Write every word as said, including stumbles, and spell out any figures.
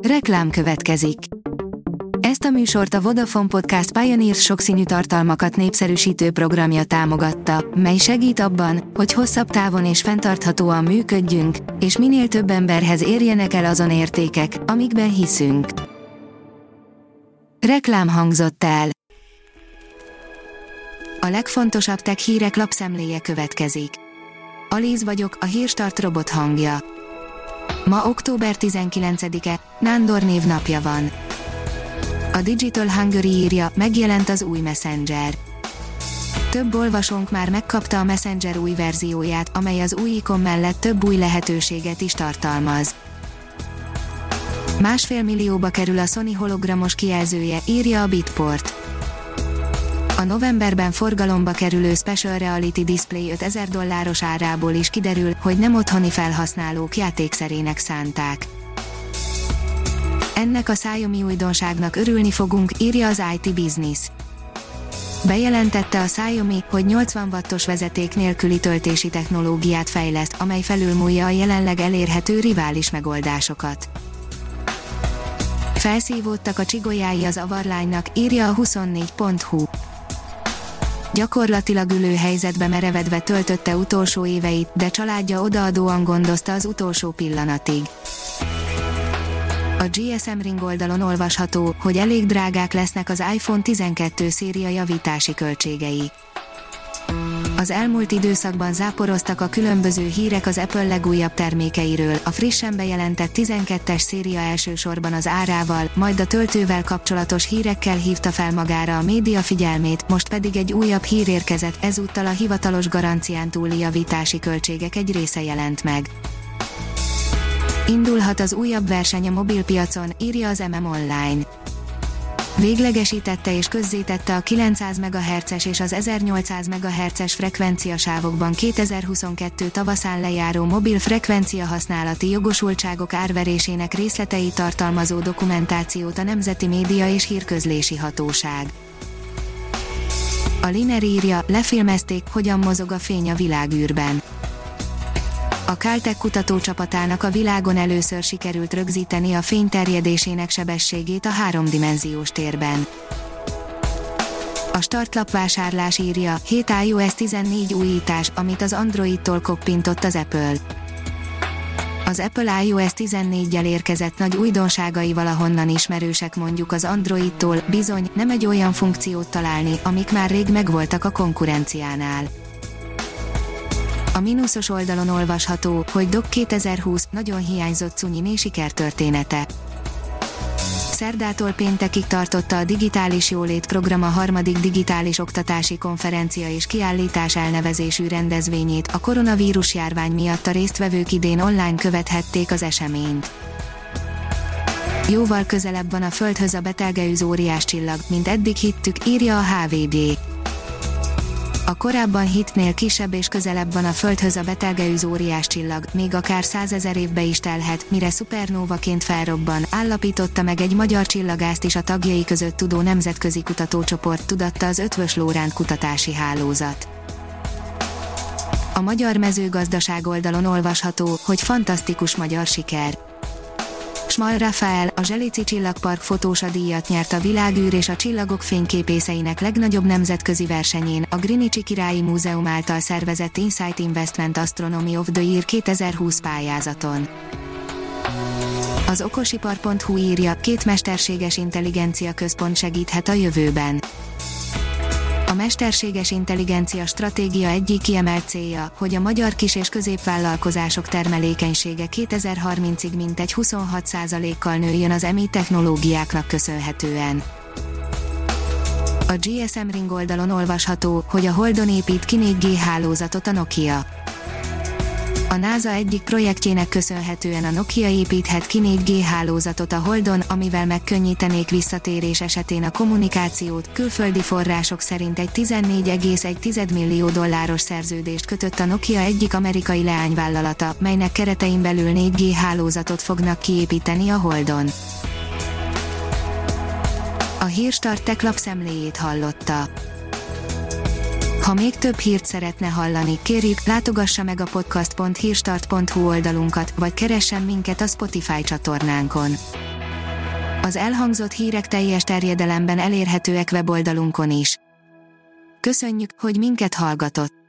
Reklám következik. Ezt a műsort a Vodafone Podcast Pioneers sokszínű tartalmakat népszerűsítő programja támogatta, mely segít abban, hogy hosszabb távon és fenntarthatóan működjünk, és minél több emberhez érjenek el azon értékek, amikben hiszünk. Reklám hangzott el. A legfontosabb tech hírek lapszemléje következik. Alíz vagyok, a Hírstart robot hangja. Ma október tizenkilencedike, Nándor névnapja van. A Digital Hungary írja, megjelent az új Messenger. Több olvasónk már megkapta a Messenger új verzióját, amely az új ikon mellett több új lehetőséget is tartalmaz. Másfél millióba kerül a Sony hologramos kijelzője, írja a Bitport. A novemberben forgalomba kerülő Special Reality Display ötezer dolláros árából is kiderül, hogy nem otthoni felhasználók játékszerének szánták. Ennek a Xiaomi újdonságnak örülni fogunk, írja az i té Business. Bejelentette a Xiaomi, hogy nyolcvan wattos vezeték nélküli töltési technológiát fejleszt, amely felülmúlja a jelenleg elérhető rivális megoldásokat. Felszívódtak a csigolyái az Avarline-nak, írja a huszonnégy pont hu. Gyakorlatilag ülő helyzetbe merevedve töltötte utolsó éveit, de családja odaadóan gondozta az utolsó pillanatig. A gé es em Ring oldalon olvasható, hogy elég drágák lesznek az iPhone tizenkettő széria javítási költségei. Az elmúlt időszakban záporoztak a különböző hírek az Apple legújabb termékeiről, a frissen bejelentett tizenkettes széria elsősorban az árával, majd a töltővel kapcsolatos hírekkel hívta fel magára a média figyelmét, most pedig egy újabb hír érkezett, ezúttal a hivatalos garancián túli javítási költségek egy része jelent meg. Indulhat az újabb verseny a mobilpiacon, írja az em em Online. Véglegesítette és közzétette a kilencszáz megahertzes és az ezernyolcszáz megahertzes frekvenciasávokban kétezer-huszonkettő tavaszán lejáró mobil frekvencia használati jogosultságok árverésének részleteit tartalmazó dokumentációt a Nemzeti Média és Hírközlési Hatóság. A Liner írja, lefilmezték, hogyan mozog a fény a világűrben. A Caltech kutatócsapatának a világon először sikerült rögzíteni a fény terjedésének sebességét a háromdimenziós térben. A startlap vásárlás írja, hét iOS tizennégy újítás, amit az Androidtól koppintott az Apple. Az Apple iOS tizennéggyel érkezett nagy újdonságai valahonnan ismerősek mondjuk az Androidtól, bizony, nem egy olyan funkciót találni, amik már rég megvoltak a konkurenciánál. A mínuszos oldalon olvasható, hogy Doc kétezer-húsz nagyon hiányzott Cunyiné sikertörténete. Szerdától péntekig tartotta a Digitális Jólét Program a harmadik digitális oktatási konferencia és kiállítás elnevezésű rendezvényét, a koronavírus járvány miatt a résztvevők idén online követhették az eseményt. Jóval közelebb van a Földhöz a betelgeűz óriáscsillag, mint eddig hittük, írja a há vé gé. A korábban hittnél kisebb és közelebb van a Földhöz a betelgeűz óriáscsillag, még akár százezer évbe is telhet, mire szupernóvaként felrobban, állapította meg egy magyar csillagászt is a tagjai között tudó nemzetközi kutatócsoport, tudatta az Eötvös Loránd kutatási hálózat. A Magyar Mezőgazdaság oldalon olvasható, hogy fantasztikus magyar siker. Schmal Rafael, a Zselici Csillagpark fotósa díjat nyert a világűr és a csillagok fényképészeinek legnagyobb nemzetközi versenyén, a Greenwichi Királyi Múzeum által szervezett Insight Investment Astronomy of the Year kétezer-húsz pályázaton. Az okosipar pont hu írja, két mesterséges intelligencia központ segíthet a jövőben. A mesterséges intelligencia stratégia egyik kiemelt célja, hogy a magyar kis- és középvállalkozások termelékenysége kétezer-harmincig mintegy huszonhat százalékkal nőjön az em i technológiáknak köszönhetően. A gé es em Ring oldalon olvasható, hogy a Holdon épít ki négy gé hálózatot a Nokia. A NASA egyik projektjének köszönhetően a Nokia építhet ki négy gé hálózatot a Holdon, amivel megkönnyítenék visszatérés esetén a kommunikációt. Külföldi források szerint egy tizennégy egész egy millió dolláros szerződést kötött a Nokia egyik amerikai leányvállalata, melynek keretein belül négy gé hálózatot fognak kiépíteni a Holdon. A Hírstart Tech lapszemléjét hallotta. Ha még több hírt szeretne hallani, kérjük, látogassa meg a podcast pont hírstart pont hu oldalunkat, vagy keressen minket a Spotify csatornánkon. Az elhangzott hírek teljes terjedelemben elérhetőek weboldalunkon is. Köszönjük, hogy minket hallgatott!